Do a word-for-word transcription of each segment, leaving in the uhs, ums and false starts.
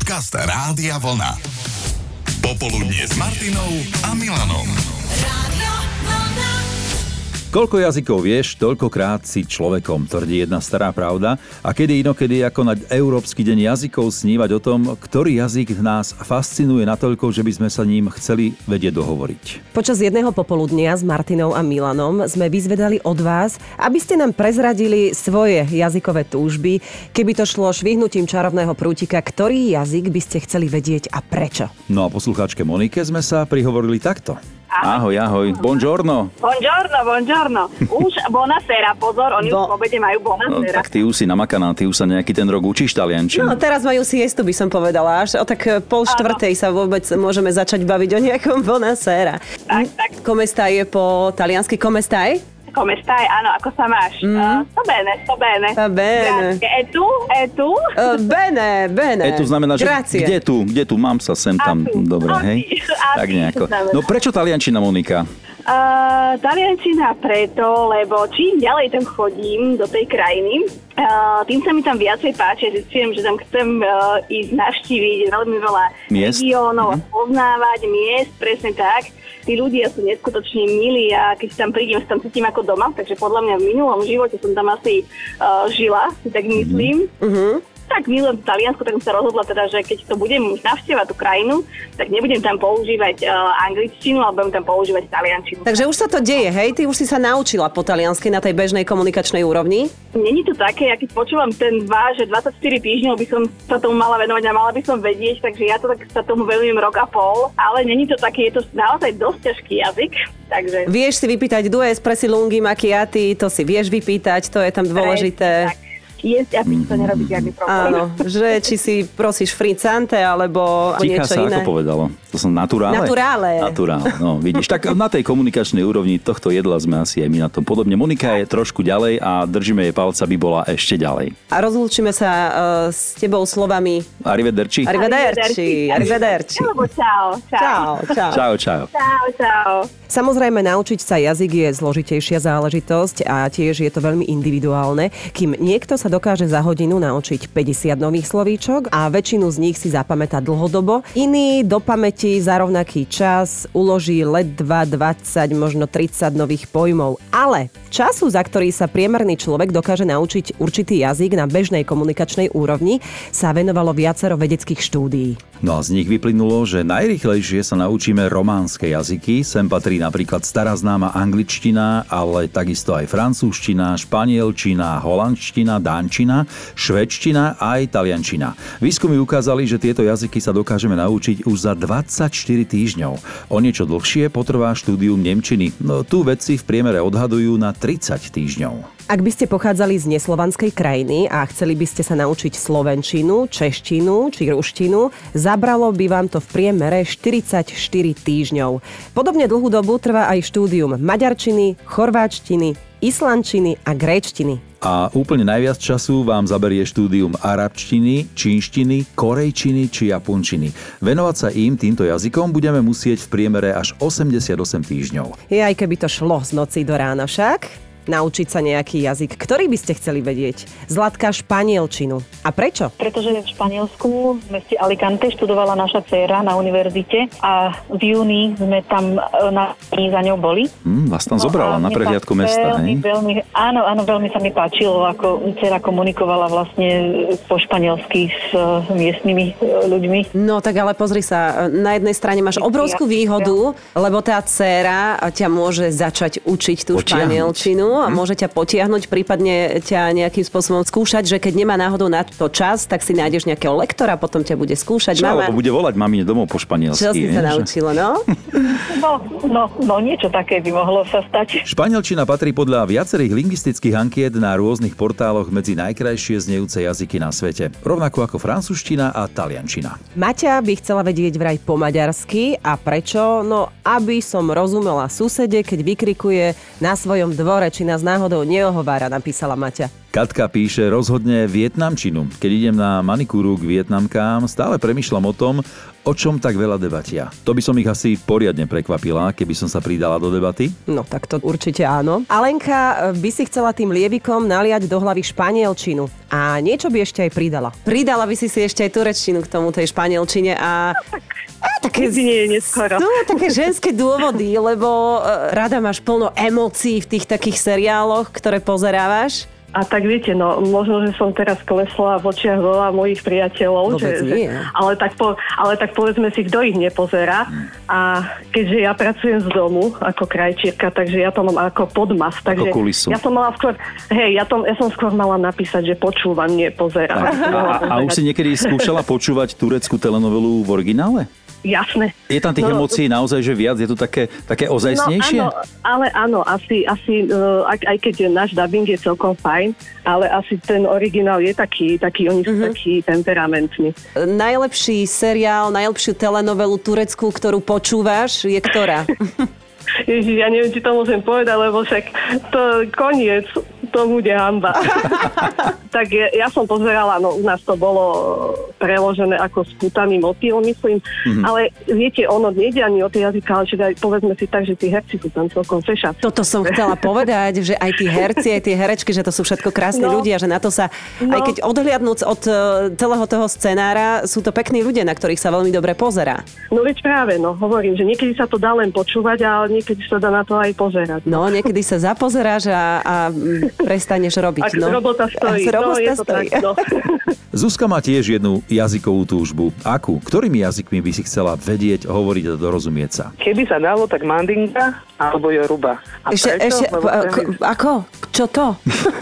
Podcast Rádia Vlna. Popoludnie s Martinou a Milanom. Rádio Vlna. Koľko jazykov vieš, toľkokrát si človekom, tvrdí jedna stará pravda. A kedy inokedy ako na Európsky deň jazykov snívať o tom, ktorý jazyk nás fascinuje natoľko, že by sme sa ním chceli vedieť dohovoriť. Počas jedného popoludnia s Martinou a Milanom sme vyzvedali od vás, aby ste nám prezradili svoje jazykové túžby, keby to šlo švihnutím čarovného prútika, ktorý jazyk by ste chceli vedieť a prečo. No a poslucháčke Monike sme sa prihovorili takto. Ahoj, ahoj. Buongiorno. Buongiorno, buongiorno. Už buonasera, pozor, oni Bo... už v obede majú No, buonasera. tak ty už si namakaná, ty už sa nejaký ten rok učíš taliančinu. No teraz majú siestu, by som povedala. Až o tak pol štvrtej sa vôbec môžeme začať baviť o nejakom buonasera. Tak, tak. Come stai je po taliansky come stai? Come stai? Áno, ako sa máš? Mm. Uh, sto bene, sto bene. Sta bene. Grazie. E tu? E tu? Uh, bene, bene. E tu znamená, že Grazie. kde tu, kde tu, mám sa sem tam. A tu. Dobre, A hej? ty. A Tak ty, nejako. to znamená. No prečo taliančina, Monika? Uh, taliančina preto, lebo čím ďalej tam chodím do tej krajiny, uh, tým sa mi tam viacej páči. Zistujem, že tam chcem uh, ísť navštíviť veľmi veľa Miest? regiónov Mhm. a poznávať miest, presne tak. Tí ľudia sú neskutočne milí a keď tam prídem, sa tam cítim ako doma, takže podľa mňa v minulom živote som tam asi uh, žila, si tak myslím. Uh-huh. Tak milujem Taliansku, tak som sa rozhodla teda, že keď to budem už navštevovať tú krajinu, tak nebudem tam používať uh, angličtinu, ale budem tam používať taliančinu. Takže už sa to deje, hej? Ty už si sa naučila po taliansky na tej bežnej komunikačnej úrovni? Není to také, ja keď počúvam ten dva, že dvadsaťštyri týždňov by som sa tomu mala venovať a mala by som vedieť, takže ja to tak sa tomu venujem rok a pol, ale není to také, je to naozaj dosť ťažký jazyk, takže... Vieš si vypýtať due espressi lunghi macchiati, to si vieš vypýtať, to je tam dôležité. Tak. Jesť a piť to nerobí žiadny problém. Áno, že či si prosíš frizzante alebo Tichá niečo sa, iné. ako povedalo. To som naturále? Naturále. Naturále, no vidíš. Tak na tej komunikačnej úrovni tohto jedla sme asi aj my na tom podobne. Monika je trošku ďalej a držíme jej palca, aby bola ešte ďalej. A rozlúčime sa uh, s tebou slovami Arrivederci. Arrivederci. Arrivederci. Alebo čau. Čau, čau. Čau, čau. Čau, čau. Samozrejme, naučiť sa jazyk je zložitejšia záležitosť a tiež je to veľmi individuálne. Kým niekto sa dokáže za hodinu naučiť päťdesiat nových slovíčok a väčšinu z nich si zapamätá dlhodobo, iný do pamäti za rovnaký čas uloží ledva dvadsať, možno tridsať nových pojmov. Ale času, za ktorý sa priemerný človek dokáže naučiť určitý jazyk na bežnej komunikačnej úrovni, sa venovalo viacero vedeckých štúdií. No a z nich vyplynulo, že najrýchlejšie sa naučíme románske jazyky. Sem patrí napríklad stará známa angličtina, ale takisto aj francúzština, španielčina, holandština, dánčina, švédština a aj taliančina. Výskumy ukázali, že tieto jazyky sa dokážeme naučiť už za dvadsaťštyri týždňov. O niečo dlhšie potrvá štúdium nemčiny. No tu vedci v priemere odhadujú na tridsať týždňov. Ak by ste pochádzali z neslovanskej krajiny a chceli by ste sa naučiť slovenčinu, češtinu či ruštinu, zabralo by vám to v priemere štyridsaťštyri týždňov. Podobne dlhú dobu trvá aj štúdium maďarčiny, chorváčtiny, islandčiny a gréčtiny. A úplne najviac času vám zaberie štúdium arabčtiny, čínštiny, korejčiny či japončiny. Venovať sa im týmto jazykom budeme musieť v priemere až osemdesiatosem týždňov. Je aj keby to šlo z noci do rána však. Naučiť sa nejaký jazyk, ktorý by ste chceli vedieť. Zlatka, španielčinu. A prečo? Pretože v Španielsku, v meste Alicante, študovala naša dcéra na univerzite a v júni sme tam na za ňou boli. Hm, vás tam zobrala No na prehliadku mesta, veľmi, hej? veľmi, áno, áno, veľmi sa mi páčilo, ako dcéra komunikovala vlastne po španielsky s uh, miestnymi uh, ľuďmi. No tak ale pozri sa, na jednej strane máš obrovskú výhodu, lebo tá dcéra ťa môže začať učiť tú Potiahnuť. španielčinu a môže ťa potiahnuť, prípadne ťa nejakým spôsobom skúšať, že keď nemá náhodou na to čas, tak si nájdeš nejakého lektora, potom ťa bude skúšať. Čo, Mama, alebo bude volať mamine domov po španielsky. čo si sa vieš? naučila, no? No, no, no, niečo také by mohlo sa stať. Španielčina patrí podľa viacerých lingvistických ankiet na rôznych portáloch medzi najkrajšie znejúce jazyky na svete. Rovnako ako francúzština a taliančina. Maťa by chcela vedieť vraj po maďarsky. A prečo? No, aby som rozumela susede, keď vykrikuje na svojom dvore, či či nás náhodou neohovára, napísala Maťa. Katka píše rozhodne vietnamčinu. Keď idem na manikúru k vietnamkám, stále premýšľam o tom, o čom tak veľa debatia. To by som ich asi poriadne prekvapila, keby som sa pridala do debaty. No tak to určite áno. Alenka by si chcela tým lievikom naliať do hlavy španielčinu. A niečo by ešte aj pridala. Pridala by si si ešte aj turečtinu k tomu, tej španielčine a... A také, nie je neskoro. Sú také ženské dôvody, lebo rada máš plno emócií v tých takých seriáloch, ktoré pozerávaš. A tak viete, no možno, že som teraz klesla v očiach veľa mojich priateľov, že, že, ale, tak po, ale tak povedzme si, kto ich nepozerá. A keďže ja pracujem z domu ako krajčírka, takže ja to mám ako podmas. Takže ako kulisu. Ja som mala skôr, hej, ja, to, ja som skôr mala napísať, že počúvam, nie pozerám. A, a, a už si niekedy skúšala počúvať tureckú telenovelu v originále? Jasné. Je tam tých no, emócií naozaj, že viac? Je to také, také ozajstnejšie? No áno, ale áno, asi, asi uh, aj, aj keď náš dubbing je celkom fajn, ale asi ten originál je taký, taký oni sú uh-huh. taký temperamentný. Najlepší seriál, najlepšiu telenovelu tureckú, ktorú počúvaš, je ktorá? Ježiš, ja neviem, či to môžem povedať, lebo však to koniec, to bude hanba. Tak ja, ja som pozerala, no u nás to bolo preložené ako spútaný motýl, myslím, mm-hmm. ale viete, ono nejde ani o tie jazyka, ale že povedzme si tak, že tí herci sú tam celkom fešací. Toto som chcela povedať, že aj tí herci, aj tie herečky, že to sú všetko krásni no, ľudia, že na to sa, no, aj keď odhliadnúc od celého toho scenára, sú to pekní ľudia, na ktorých sa veľmi dobre pozerá. No veď práve, no hovorím, že niekedy sa to dá len počúvať, ale niekedy sa dá na to aj pozerať. No, niekedy sa zapozeráš a, a prestaneš robiť. Ak no. robota stojí. Ak robota no, je to stojí. tak, no. Zuzka má tiež jednu jazykovú túžbu. Akú? Ktorými jazykmi by si chcela vedieť, hovoriť a dorozumieť sa? Keby sa dalo, tak mandinka alebo joruba. A ešte, prečo? ešte, k- ako? Čo to?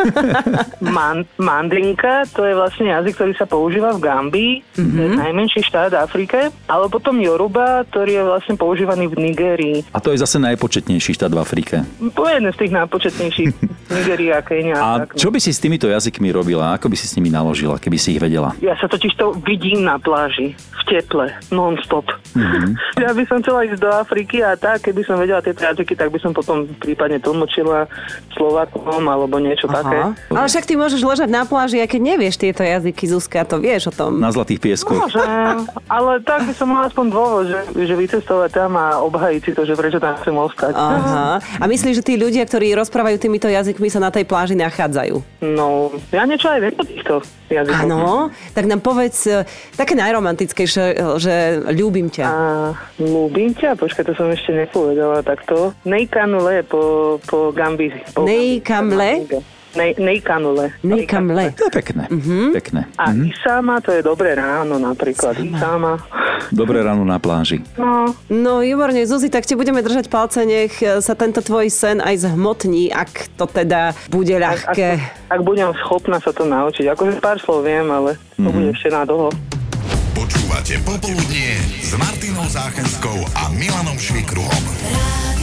Man, mandinka, to je vlastne jazyk, ktorý sa používa v Gambii, mm-hmm. to je najmenší štát v Afrike, ale potom joruba, ktorý je vlastne používaný v Nigérii. A to je zase najpočetnejší štát v Afrike. Po jedné z tých najpočetnejších. Nigeria, Kenia. A tak, no. čo by si s týmito jazykmi robila? Ako by si s nimi naložila, keby si ich vedela? Ja sa totiž to vidím na pláži, v teple, non-stop. Mm-hmm. Ja by som chcela ísť do Afriky a tak, keby som vedela tieto jazyky, tak by som potom prípadne tlmočila Slovákom alebo niečo Aha. také. Ale však ty môžeš ležať na pláži, aj keď nevieš tieto jazyky, Zuzka, to vieš o tom. Na Zlatých pieskoch. Môžem, ale tak by som mala aspoň dôvod, že, že vycestovať tam a obhajiť si to, že prečo tam chcem ostať. Aha. A myslíš, že tí ľudia, ktorí rozprávajú týmito jazykmi, sa na tej pláži nachádzajú? No, ja niečo aj viem o týchto jazykoch. Áno, tak nám povedz také najromantickejšie, že ľúbim ťa. A ľúbim ťa? Počkaj, to som ešte nepovedala takto. Nejkanule po, po Gambii. Nejkamle? Nej, nejkanule. Nejkamle. To je pekné. Uh-huh. Pekné. A uh-huh. Isama, to je dobré ráno napríklad. Isama. Dobré ráno na pláži. No. No, výborne. Zuzi, tak ti budeme držať palce, nech sa tento tvoj sen aj zhmotní, ak to teda bude ľahké. Ak, ak budem schopná sa to naučiť. Akože pár slov viem, ale to uh-huh. bude ešte na dlho. Počúvate Popoludnie s Martinou Záchenskou a Milanom Švikruhom.